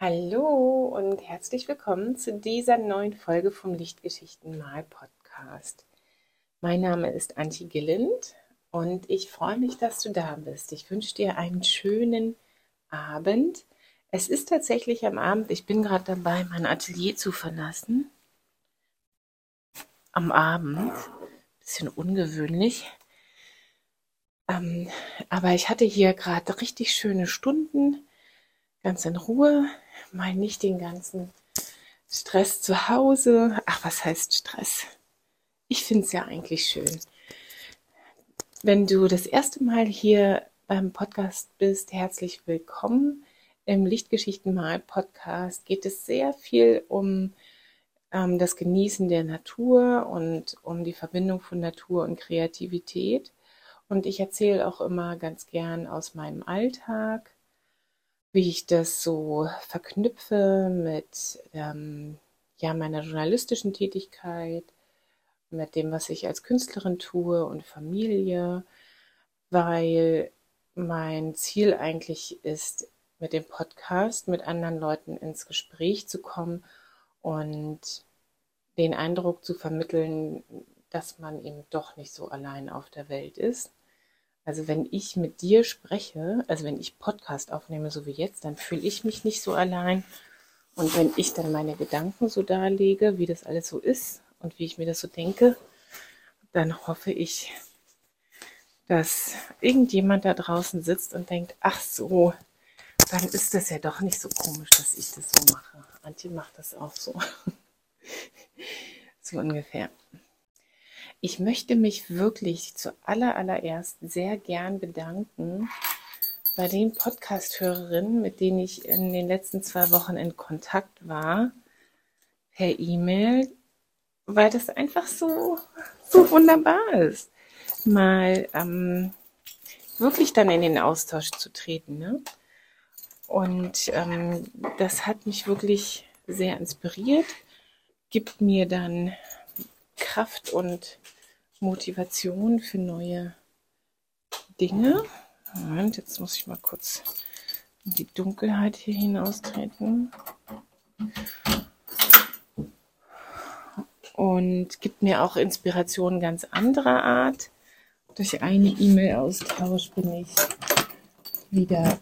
Hallo und herzlich willkommen zu dieser neuen Folge vom Lichtgeschichten-Mal-Podcast. Mein Name ist Antje Gilland und ich freue mich, dass du da bist. Ich wünsche dir einen schönen Abend. Es ist tatsächlich am Abend, ich bin gerade dabei, mein Atelier zu verlassen. Am Abend, bisschen ungewöhnlich. Aber ich hatte hier gerade richtig schöne Stunden, ganz in Ruhe, mal nicht den ganzen Stress zu Hause. Ach, was heißt Stress? Ich finde es ja eigentlich schön. Wenn du das erste Mal hier beim Podcast bist, herzlich willkommen. Im Lichtgeschichten-Mal-Podcast geht es sehr viel um das Genießen der Natur und um die Verbindung von Natur und Kreativität. Und ich erzähle auch immer ganz gern aus meinem Alltag, wie ich das so verknüpfe mit meiner journalistischen Tätigkeit, mit dem, was ich als Künstlerin tue und Familie, weil mein Ziel eigentlich ist, mit dem Podcast mit anderen Leuten ins Gespräch zu kommen und den Eindruck zu vermitteln, dass man eben doch nicht so allein auf der Welt ist. Also wenn ich mit dir spreche, also wenn ich Podcast aufnehme, so wie jetzt, dann fühle ich mich nicht so allein. Und wenn ich dann meine Gedanken so darlege, wie das alles so ist und wie ich mir das so denke, dann hoffe ich, dass irgendjemand da draußen sitzt und denkt, ach so, dann ist das ja doch nicht so komisch, dass ich das so mache. Antje macht das auch so. So ungefähr. Ich möchte mich wirklich zuallererst sehr gern bedanken bei den Podcast-Hörerinnen, mit denen ich in den letzten 2 Wochen in Kontakt war, per E-Mail, weil das einfach so wunderbar ist, mal wirklich dann in den Austausch zu treten. Ne? Und das hat mich wirklich sehr inspiriert, gibt mir dann Kraft und Motivation für neue Dinge. Und jetzt muss ich mal kurz in die Dunkelheit hier hinaustreten. Und gibt mir auch Inspiration ganz anderer Art. Durch einen E-Mail-Austausch bin ich wieder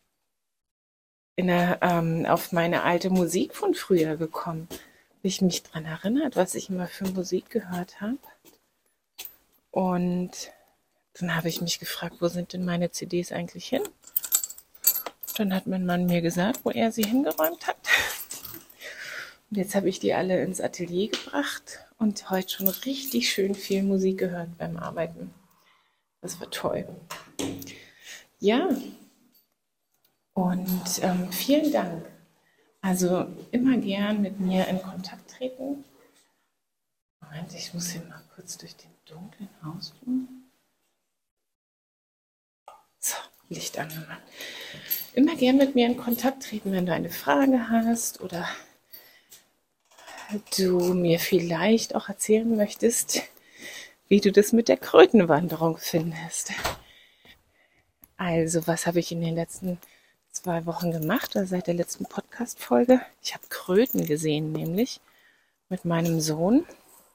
auf meine alte Musik von früher gekommen. Habe ich mich daran erinnert, was ich immer für Musik gehört habe. Und dann habe ich mich gefragt, wo sind denn meine CDs eigentlich hin? Dann hat mein Mann mir gesagt, wo er sie hingeräumt hat. Und jetzt habe ich die alle ins Atelier gebracht und heute schon richtig schön viel Musik gehört beim Arbeiten. Das war toll. Ja, und vielen Dank. Also immer gern mit mir in Kontakt treten. Moment, ich muss hier mal kurz durch den dunklen Hausflur. So, Licht angemacht. Immer gern mit mir in Kontakt treten, wenn du eine Frage hast oder du mir vielleicht auch erzählen möchtest, wie du das mit der Krötenwanderung findest. Also, was habe ich in den letzten 2 Wochen gemacht, oder seit der letzten Podcast-Folge? Ich habe Kröten gesehen, nämlich mit meinem Sohn.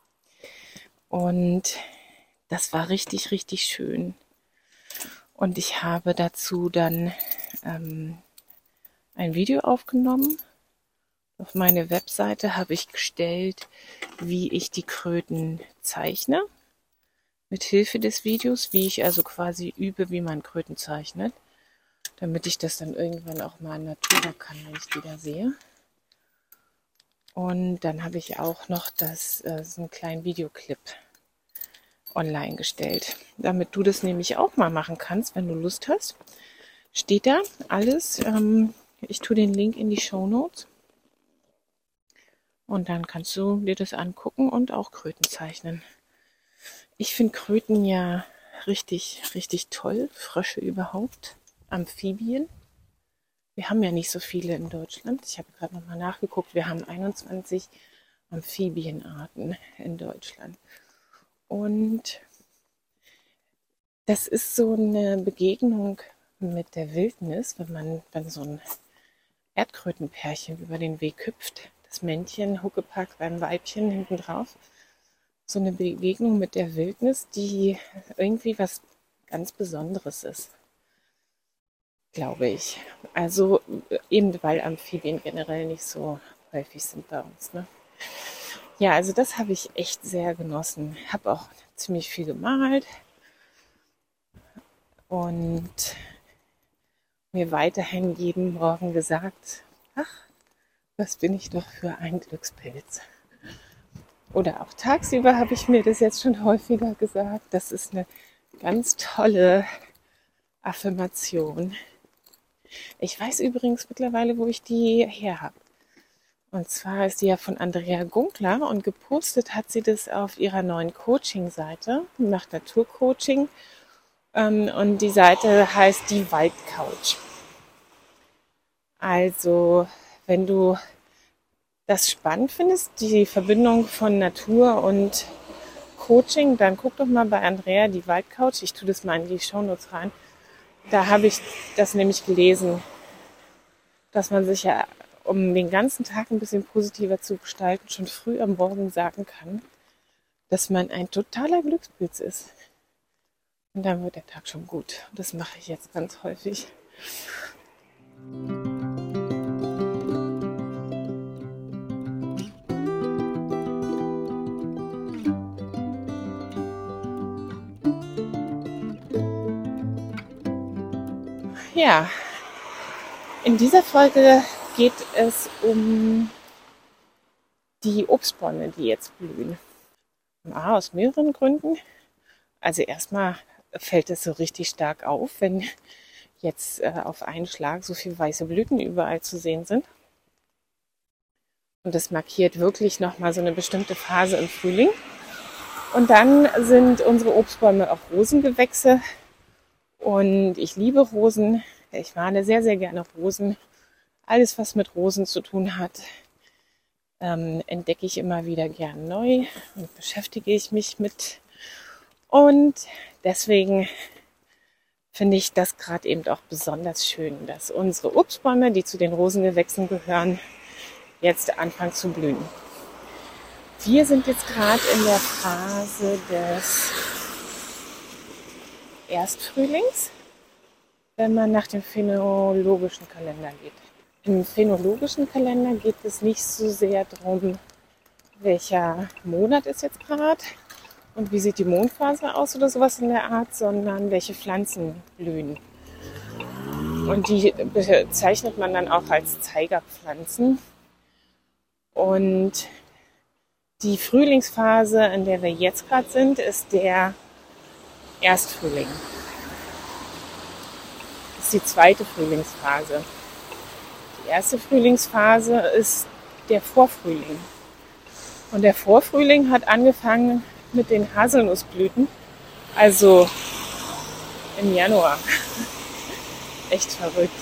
Und das war richtig, richtig schön. Und ich habe dazu dann ein Video aufgenommen. Auf meine Webseite habe ich gestellt, wie ich die Kröten zeichne. Mit Hilfe des Videos, wie ich also quasi übe, wie man Kröten zeichnet. Damit ich das dann irgendwann auch mal in Natura kann, wenn ich die da sehe. Und dann habe ich auch noch so einen kleinen Videoclip online gestellt, damit du das nämlich auch mal machen kannst, wenn du Lust hast. Steht da alles. Ich tue den Link in die Shownotes. Und dann kannst du dir das angucken und auch Kröten zeichnen. Ich finde Kröten ja richtig, richtig toll. Frösche überhaupt. Amphibien. Wir haben ja nicht so viele in Deutschland. Ich habe gerade nochmal nachgeguckt. Wir haben 21 Amphibienarten in Deutschland. Und das ist so eine Begegnung mit der Wildnis, wenn so ein Erdkrötenpärchen über den Weg hüpft. Das Männchen Huckepack beim Weibchen hinten drauf. So eine Begegnung mit der Wildnis, die irgendwie was ganz Besonderes ist, glaube ich. Also eben weil Amphibien generell nicht so häufig sind bei uns. Ne? Ja, also das habe ich echt sehr genossen. Habe auch ziemlich viel gemalt und mir weiterhin jeden Morgen gesagt, ach, was bin ich doch für ein Glückspilz. Oder auch tagsüber habe ich mir das jetzt schon häufiger gesagt. Das ist eine ganz tolle Affirmation. Ich weiß übrigens mittlerweile, wo ich die her habe. Und zwar ist die ja von Andrea Gunkler und gepostet hat sie das auf ihrer neuen Coaching-Seite, macht Naturcoaching. Und die Seite heißt die Waldcouch. Also, wenn du das spannend findest, die Verbindung von Natur und Coaching, dann guck doch mal bei Andrea die Waldcouch. Ich tue das mal in die Shownotes rein. Da habe ich das nämlich gelesen, dass man sich ja, um den ganzen Tag ein bisschen positiver zu gestalten, schon früh am Morgen sagen kann, dass man ein totaler Glückspilz ist. Und dann wird der Tag schon gut. Das mache ich jetzt ganz häufig. Ja, in dieser Folge geht es um die Obstbäume, die jetzt blühen. Aus mehreren Gründen. Also erstmal fällt es so richtig stark auf, wenn jetzt auf einen Schlag so viele weiße Blüten überall zu sehen sind. Und das markiert wirklich nochmal so eine bestimmte Phase im Frühling. Und dann sind unsere Obstbäume auch Rosengewächse. Und ich liebe Rosen. Ich male sehr, sehr gerne Rosen. Alles, was mit Rosen zu tun hat, entdecke ich immer wieder gern neu und beschäftige ich mich mit. Und deswegen finde ich das gerade eben auch besonders schön, dass unsere Obstbäume, die zu den Rosengewächsen gehören, jetzt anfangen zu blühen. Wir sind jetzt gerade in der Phase des Erstfrühlings, wenn man nach dem phänologischen Kalender geht. Im phänologischen Kalender geht es nicht so sehr darum, welcher Monat ist jetzt gerade und wie sieht die Mondphase aus oder sowas in der Art, sondern welche Pflanzen blühen. Und die bezeichnet man dann auch als Zeigerpflanzen. Und die Frühlingsphase, in der wir jetzt gerade sind, ist der Erstfrühling. Das ist die zweite Frühlingsphase. Die erste Frühlingsphase ist der Vorfrühling. Und der Vorfrühling hat angefangen mit den Haselnussblüten, also im Januar. Echt verrückt.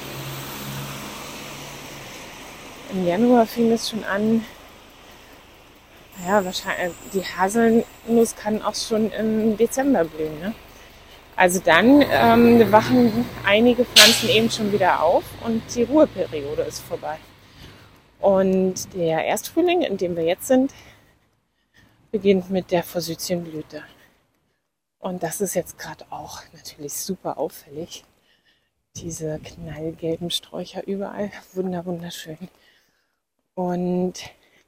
Im Januar fing es schon an, ja, wahrscheinlich, die Haselnuss kann auch schon im Dezember blühen. Ne? Also dann wachen einige Pflanzen eben schon wieder auf und die Ruheperiode ist vorbei. Und der Erstfrühling, in dem wir jetzt sind, beginnt mit der Forsythienblüte. Und das ist jetzt gerade auch natürlich super auffällig. Diese knallgelben Sträucher überall, wunderschön. Und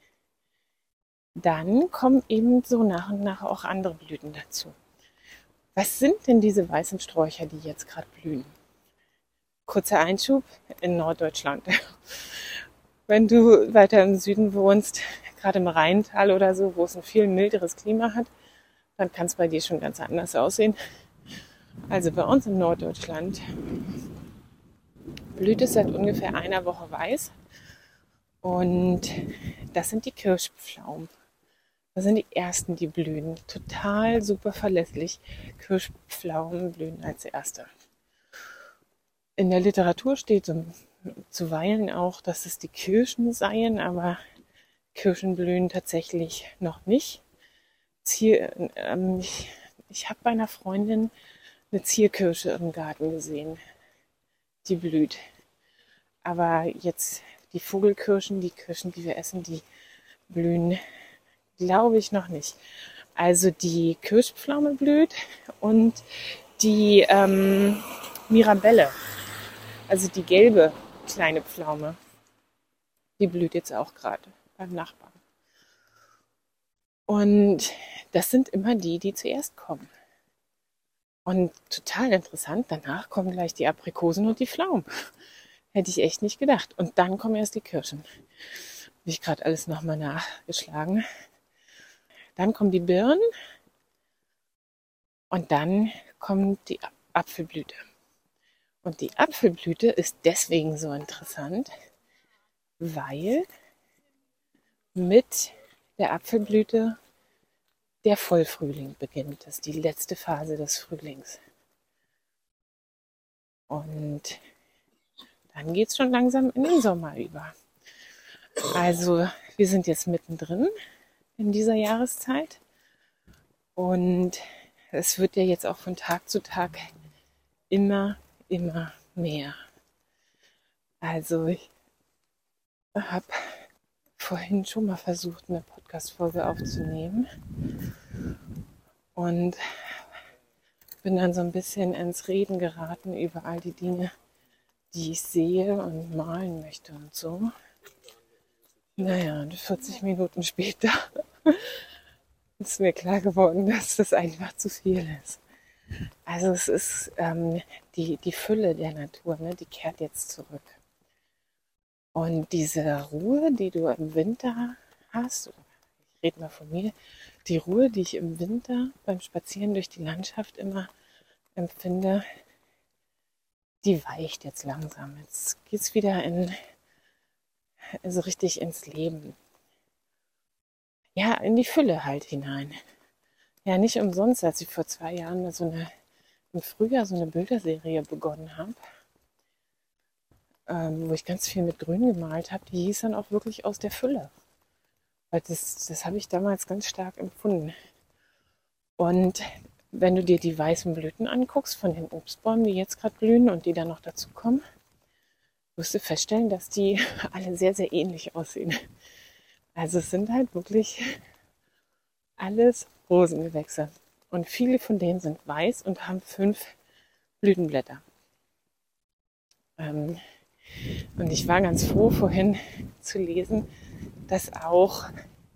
dann kommen eben so nach und nach auch andere Blüten dazu. Was sind denn diese weißen Sträucher, die jetzt gerade blühen? Kurzer Einschub in Norddeutschland. Wenn du weiter im Süden wohnst, gerade im Rheintal oder so, wo es ein viel milderes Klima hat, dann kann es bei dir schon ganz anders aussehen. Also bei uns in Norddeutschland blüht es seit ungefähr einer Woche weiß. Und das sind die Kirschpflaumen. Das sind die ersten, die blühen. Total super verlässlich. Kirschpflaumen blühen als erste. In der Literatur steht zuweilen auch, dass es die Kirschen seien, aber Kirschen blühen tatsächlich noch nicht. Ich habe bei einer Freundin eine Zierkirsche im Garten gesehen. Die blüht. Aber jetzt die Vogelkirschen, die Kirschen, die wir essen, die blühen, glaube ich, noch nicht. Also die Kirschpflaume blüht und die Mirabelle, also die gelbe kleine Pflaume, die blüht jetzt auch gerade beim Nachbarn. Und das sind immer die, die zuerst kommen. Und total interessant, danach kommen gleich die Aprikosen und die Pflaumen. Hätte ich echt nicht gedacht. Und dann kommen erst die Kirschen. Habe ich gerade alles nochmal nachgeschlagen. Dann kommen die Birnen und dann kommt die Apfelblüte. Und die Apfelblüte ist deswegen so interessant, weil mit der Apfelblüte der Vollfrühling beginnt. Das ist die letzte Phase des Frühlings. Und dann geht es schon langsam in den Sommer über. Also wir sind jetzt mittendrin in dieser Jahreszeit. Und es wird ja jetzt auch von Tag zu Tag immer mehr. Also ich habe vorhin schon mal versucht, eine Podcast-Folge aufzunehmen und bin dann so ein bisschen ins Reden geraten über all die Dinge, die ich sehe und malen möchte und so. Naja, 40 Minuten später ist mir klar geworden, dass das einfach zu viel ist. Also es ist die Fülle der Natur, ne, die kehrt jetzt zurück. Und diese Ruhe, die du im Winter hast, ich rede mal von mir, die Ruhe, die ich im Winter beim Spazieren durch die Landschaft immer empfinde, die weicht jetzt langsam. Jetzt geht es wieder so richtig ins Leben. Ja, in die Fülle halt hinein. Ja, nicht umsonst, als ich vor 2 Jahren im Frühjahr so eine Bilderserie begonnen habe, wo ich ganz viel mit Grün gemalt habe, die hieß dann auch wirklich aus der Fülle. Weil das habe ich damals ganz stark empfunden. Und wenn du dir die weißen Blüten anguckst von den Obstbäumen, die jetzt gerade blühen und die dann noch dazu kommen, wirst du feststellen, dass die alle sehr, sehr ähnlich aussehen. Also es sind halt wirklich alles Rosengewächse. Und viele von denen sind weiß und haben 5 Blütenblätter. Und ich war ganz froh, vorhin zu lesen, dass auch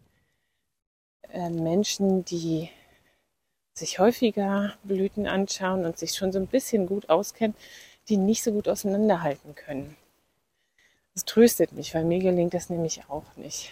Menschen, die sich häufiger Blüten anschauen und sich schon so ein bisschen gut auskennen, die nicht so gut auseinanderhalten können. Das tröstet mich, weil mir gelingt das nämlich auch nicht.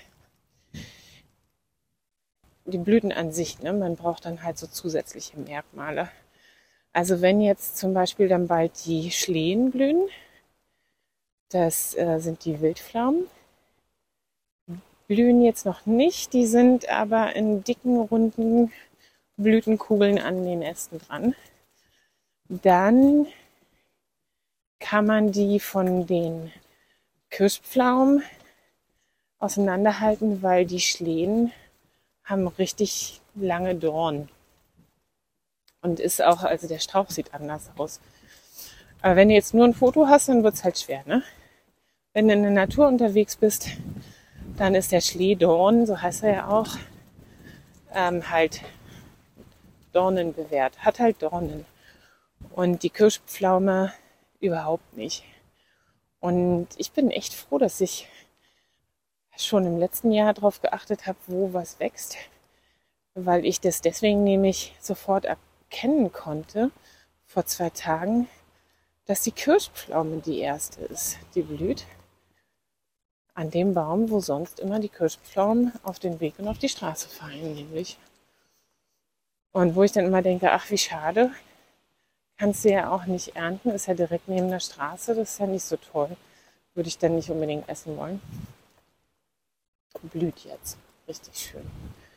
Die Blüten an sich, ne? Man braucht dann halt so zusätzliche Merkmale. Also wenn jetzt zum Beispiel dann bald die Schlehen blühen, das sind die Wildpflaumen, blühen jetzt noch nicht, die sind aber in dicken, runden Blütenkugeln an den Ästen dran. Dann kann man die von den Kirschpflaumen auseinanderhalten, weil die Schlehen haben richtig lange Dornen. Und ist auch, also der Strauch sieht anders aus. Aber wenn du jetzt nur ein Foto hast, dann wird es halt schwer, ne? Wenn du in der Natur unterwegs bist, dann ist der Schlehdorn, so heißt er ja auch, halt Dornen bewährt, hat halt Dornen. Und die Kirschpflaume überhaupt nicht. Und ich bin echt froh, dass ich schon im letzten Jahr darauf geachtet habe, wo was wächst, weil ich das deswegen nämlich sofort erkennen konnte, vor 2 Tagen, dass die Kirschpflaume die erste ist, die blüht. An dem Baum, wo sonst immer die Kirschpflaumen auf den Weg und auf die Straße fallen, nämlich. Und wo ich dann immer denke, ach wie schade, kannst du ja auch nicht ernten, ist ja direkt neben der Straße, das ist ja nicht so toll. Würde ich dann nicht unbedingt essen wollen. Blüht jetzt, richtig schön.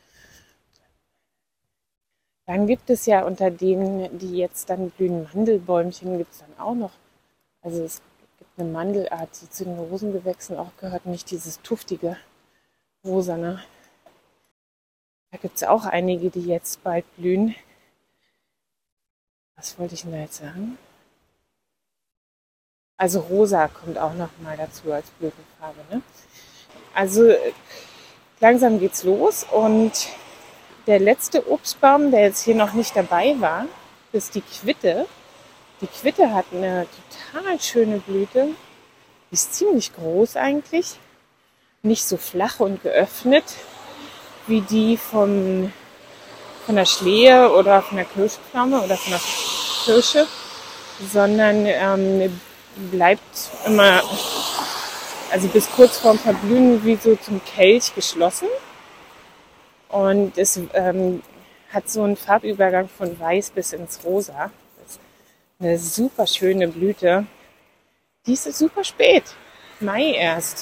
Dann gibt es ja unter denen, die jetzt dann blühen, Mandelbäumchen gibt es dann auch noch. Also es gibt eine Mandelart, die zu den Rosengewächsen auch gehört, nicht dieses tuftige, rosane. Da gibt es auch einige, die jetzt bald blühen. Was wollte ich denn da jetzt sagen? Also rosa kommt auch noch mal dazu als Blütenfarbe. Ne? Also langsam geht's los und der letzte Obstbaum, der jetzt hier noch nicht dabei war, ist die Quitte. Die Quitte hat eine total schöne Blüte. Die ist ziemlich groß eigentlich. Nicht so flach und geöffnet wie die von der Schlehe oder von der Kirschpflaume oder von der Kirsche, sondern bleibt immer, also bis kurz vorm Verblühen, wie so zum Kelch geschlossen. Und es hat so einen Farbübergang von weiß bis ins Rosa. Das ist eine super schöne Blüte. Die ist super spät, Mai erst.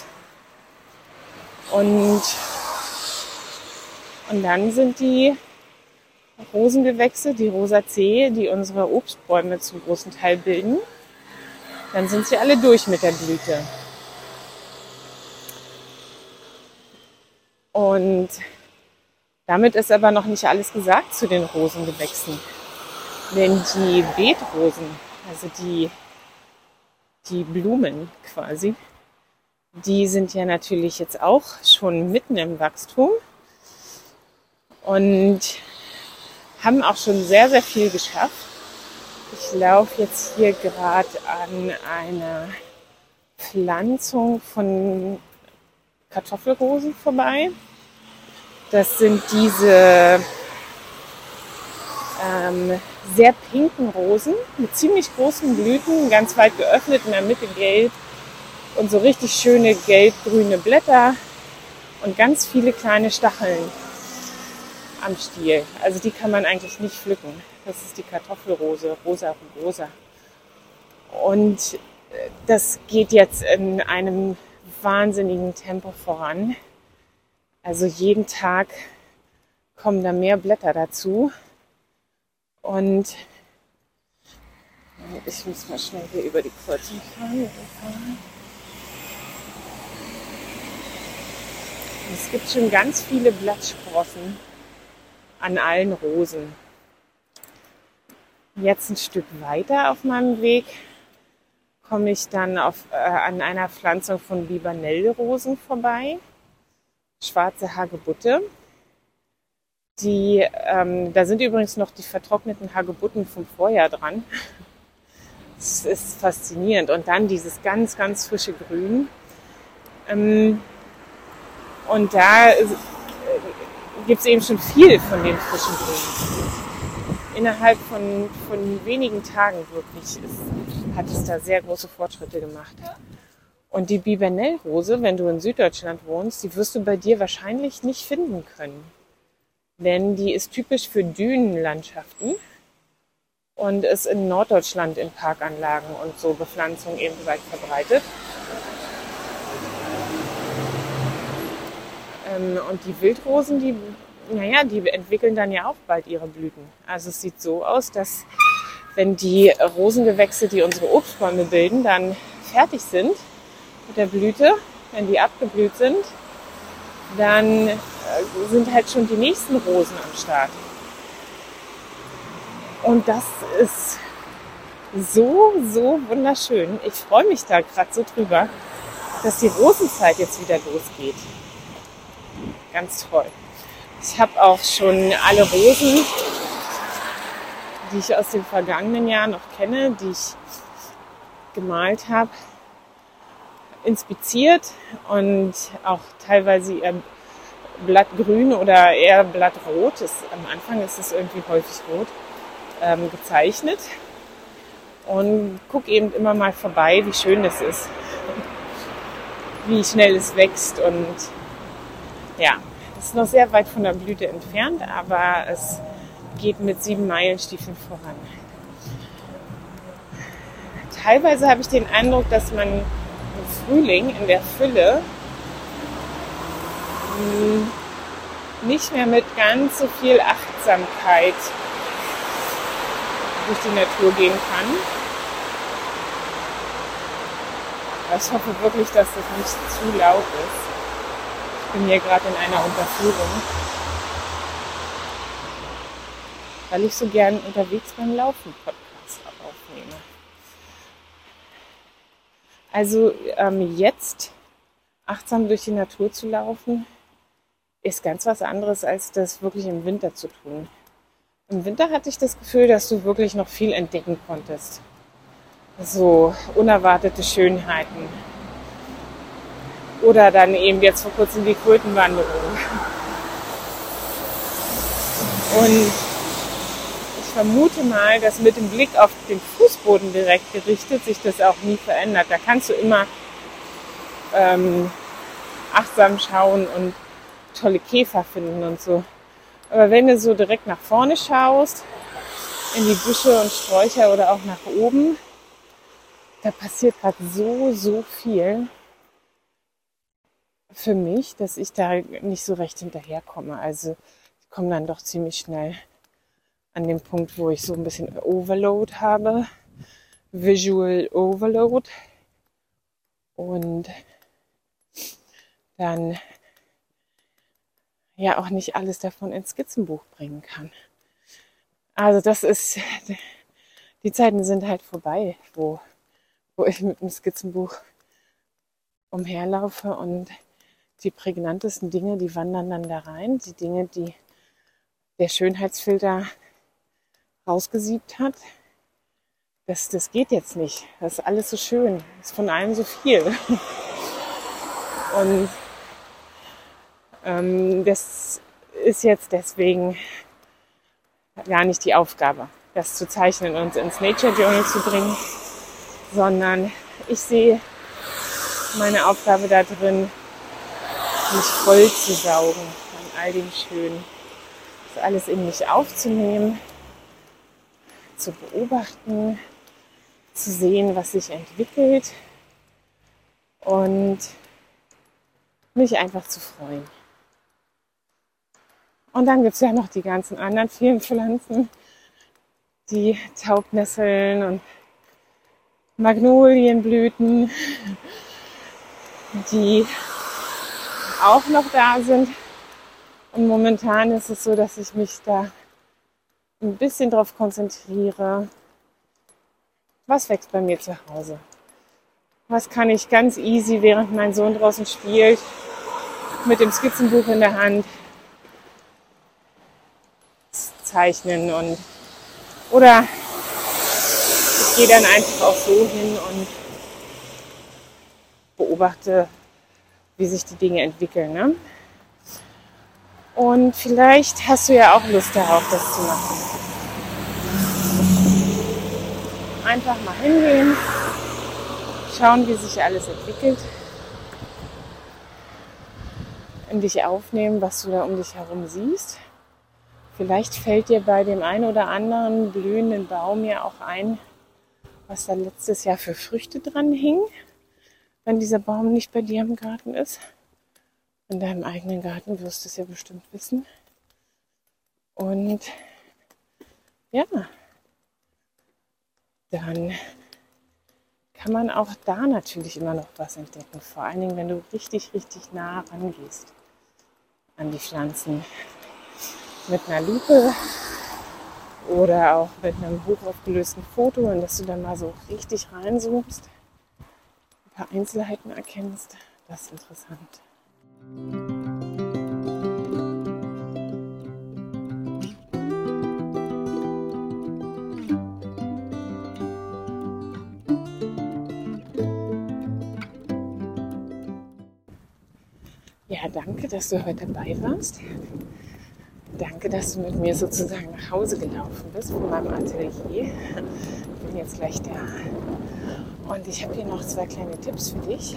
Und dann sind die Rosengewächse, die Rosaceae, die unsere Obstbäume zum großen Teil bilden, dann sind sie alle durch mit der Blüte. Und damit ist aber noch nicht alles gesagt zu den Rosengewächsen. Denn die Beetrosen, also die Blumen quasi, die sind ja natürlich jetzt auch schon mitten im Wachstum und haben auch schon sehr, sehr viel geschafft. Ich laufe jetzt hier gerade an einer Pflanzung von Kartoffelrosen vorbei. Das sind diese sehr pinken Rosen mit ziemlich großen Blüten, ganz weit geöffnet, in der Mitte gelb und so richtig schöne gelb-grüne Blätter und ganz viele kleine Stacheln am Stiel. Also die kann man eigentlich nicht pflücken. Das ist die Kartoffelrose, Rosa rugosa. Und das geht jetzt in einem wahnsinnigen Tempo voran. Also jeden Tag kommen da mehr Blätter dazu. Und ich muss mal schnell hier über die Kreuzung fahren. Es gibt schon ganz viele Blattsprossen an allen Rosen. Jetzt ein Stück weiter auf meinem Weg komme ich dann an einer Pflanzung von Bibernellrosen vorbei. Schwarze Hagebutte. Da sind übrigens noch die vertrockneten Hagebutten vom Vorjahr dran. Das ist faszinierend. Und dann dieses ganz, ganz frische Grün. Und da gibt es eben schon viel von den frischen Grünen. Innerhalb von wenigen Tagen wirklich hat es da sehr große Fortschritte gemacht. Und die Bibernellrose, wenn du in Süddeutschland wohnst, die wirst du bei dir wahrscheinlich nicht finden können. Denn die ist typisch für Dünenlandschaften und ist in Norddeutschland in Parkanlagen und so Bepflanzung eben weit verbreitet. Und die Wildrosen, die entwickeln dann ja auch bald ihre Blüten. Also es sieht so aus, dass wenn die Rosengewächse, die unsere Obstbäume bilden, dann fertig sind mit der Blüte, wenn die abgeblüht sind, dann sind halt schon die nächsten Rosen am Start. Und das ist so, so wunderschön. Ich freue mich da gerade so drüber, dass die Rosenzeit jetzt wieder losgeht. Ganz toll. Ich habe auch schon alle Rosen, die ich aus dem vergangenen Jahr noch kenne, die ich gemalt habe, inspiziert und auch teilweise eher blattgrün oder eher blattrot. Am Anfang ist es irgendwie häufig rot, gezeichnet und gucke eben immer mal vorbei, wie schön das ist, wie schnell es wächst und ja, es ist noch sehr weit von der Blüte entfernt, aber es geht mit 7 Meilenstiefeln voran. Teilweise habe ich den Eindruck, dass man im Frühling in der Fülle nicht mehr mit ganz so viel Achtsamkeit durch die Natur gehen kann. Aber ich hoffe wirklich, dass das nicht zu laut ist. Ich bin hier gerade in einer Unterführung, weil ich so gern unterwegs beim Laufen Podcasts aufnehme. Also jetzt achtsam durch die Natur zu laufen, ist ganz was anderes, als das wirklich im Winter zu tun. Im Winter hatte ich das Gefühl, dass du wirklich noch viel entdecken konntest. So unerwartete Schönheiten. Oder dann eben jetzt vor kurzem die Krötenwanderung. Und ich vermute mal, dass mit dem Blick auf den Fußboden direkt gerichtet sich das auch nie verändert. Da kannst du immer achtsam schauen und tolle Käfer finden und so. Aber wenn du so direkt nach vorne schaust, in die Büsche und Sträucher oder auch nach oben, da passiert gerade so viel für mich, dass ich da nicht so recht hinterherkomme. Also ich komme dann doch ziemlich schnell an den Punkt, wo ich so ein bisschen Overload habe, Visual Overload, und dann ja auch nicht alles davon ins Skizzenbuch bringen kann. Also die Zeiten sind halt vorbei, wo ich mit dem Skizzenbuch umherlaufe und die prägnantesten Dinge, die wandern dann da rein. Die Dinge, die der Schönheitsfilter rausgesiebt hat, das geht jetzt nicht. Das ist alles so schön. Das ist von allem so viel. Und das ist jetzt deswegen gar nicht die Aufgabe, das zu zeichnen und ins Nature Journal zu bringen, sondern ich sehe meine Aufgabe da drin, mich voll zu saugen von all dem Schönen. Das alles in mich aufzunehmen, zu beobachten, zu sehen, was sich entwickelt und mich einfach zu freuen. Und dann gibt es ja noch die ganzen anderen vielen Pflanzen, die Taubnesseln und Magnolienblüten, die auch noch da sind. Und momentan ist es so, dass ich mich da ein bisschen drauf konzentriere, was wächst bei mir zu Hause. Was kann ich ganz easy, während mein Sohn draußen spielt, mit dem Skizzenbuch in der Hand zeichnen, oder ich gehe dann einfach auch so hin und beobachte, wie sich die Dinge entwickeln. Ne? Und vielleicht hast du ja auch Lust darauf, das zu machen. Einfach mal hingehen, schauen, wie sich alles entwickelt, in dich aufnehmen, was du da um dich herum siehst. Vielleicht fällt dir bei dem einen oder anderen blühenden Baum ja auch ein, was da letztes Jahr für Früchte dran hing, wenn dieser Baum nicht bei dir im Garten ist. In deinem eigenen Garten wirst du es ja bestimmt wissen. Und ja, dann kann man auch da natürlich immer noch was entdecken. Vor allen Dingen, wenn du richtig nah rangehst an die Pflanzen. Mit einer Lupe oder auch mit einem hochaufgelösten Foto, und dass du dann mal so richtig reinzoomst, ein paar Einzelheiten erkennst. Das ist interessant. Ja, danke, dass du heute dabei warst. Danke, dass du mit mir sozusagen nach Hause gelaufen bist von meinem Atelier. Ich bin jetzt gleich da. Und ich habe hier noch 2 kleine Tipps für dich.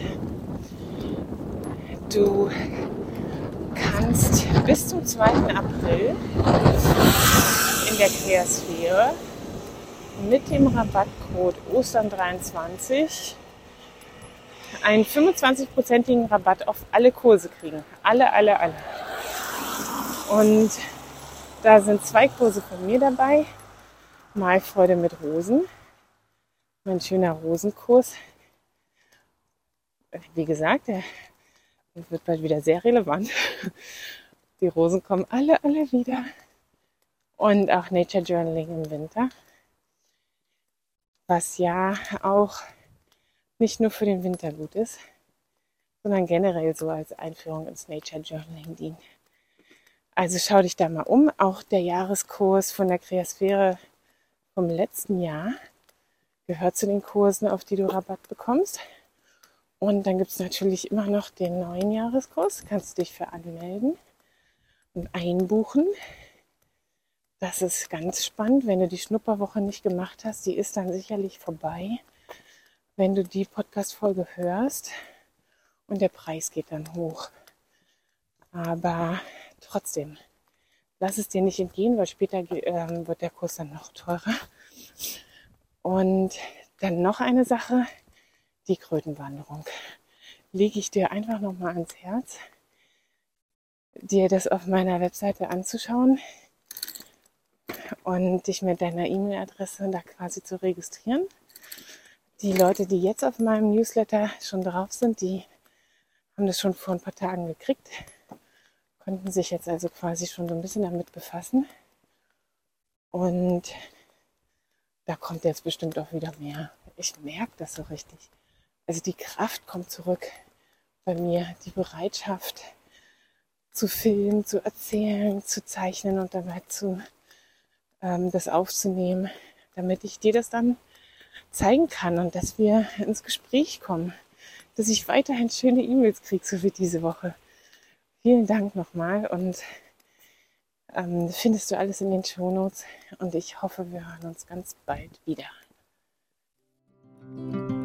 Du kannst bis zum 2. April in der Kreasphäre mit dem Rabattcode Ostern23 einen 25%igen Rabatt auf alle Kurse kriegen. Alle. Und da sind 2 Kurse von mir dabei. Malfreude mit Rosen. Mein schöner Rosenkurs. Wie gesagt, der wird bald wieder sehr relevant. Die Rosen kommen alle wieder. Und auch Nature Journaling im Winter. Was ja auch nicht nur für den Winter gut ist, sondern generell so als Einführung ins Nature Journaling dient. Also schau dich da mal um. Auch der Jahreskurs von der Kreasphäre vom letzten Jahr gehört zu den Kursen, auf die du Rabatt bekommst. Und dann gibt es natürlich immer noch den neuen Jahreskurs. Kannst du dich für anmelden und einbuchen. Das ist ganz spannend, wenn du die Schnupperwoche nicht gemacht hast. Die ist dann sicherlich vorbei, wenn du die Podcast-Folge hörst. Und der Preis geht dann hoch. Aber trotzdem, lass es dir nicht entgehen, weil später wird der Kurs dann noch teurer. Und dann noch eine Sache, die Krötenwanderung. Lege ich dir einfach nochmal ans Herz, dir das auf meiner Webseite anzuschauen und dich mit deiner E-Mail-Adresse da quasi zu registrieren. Die Leute, die jetzt auf meinem Newsletter schon drauf sind, die haben das schon vor ein paar Tagen gekriegt, konnten sich jetzt also quasi schon so ein bisschen damit befassen. Und da kommt jetzt bestimmt auch wieder mehr. Ich merke das so richtig. Also die Kraft kommt zurück bei mir, die Bereitschaft zu filmen, zu erzählen, zu zeichnen und dabei das aufzunehmen, damit ich dir das dann zeigen kann und dass wir ins Gespräch kommen, dass ich weiterhin schöne E-Mails kriege, so wie diese Woche. Vielen Dank nochmal und findest du alles in den Shownotes und ich hoffe, wir hören uns ganz bald wieder.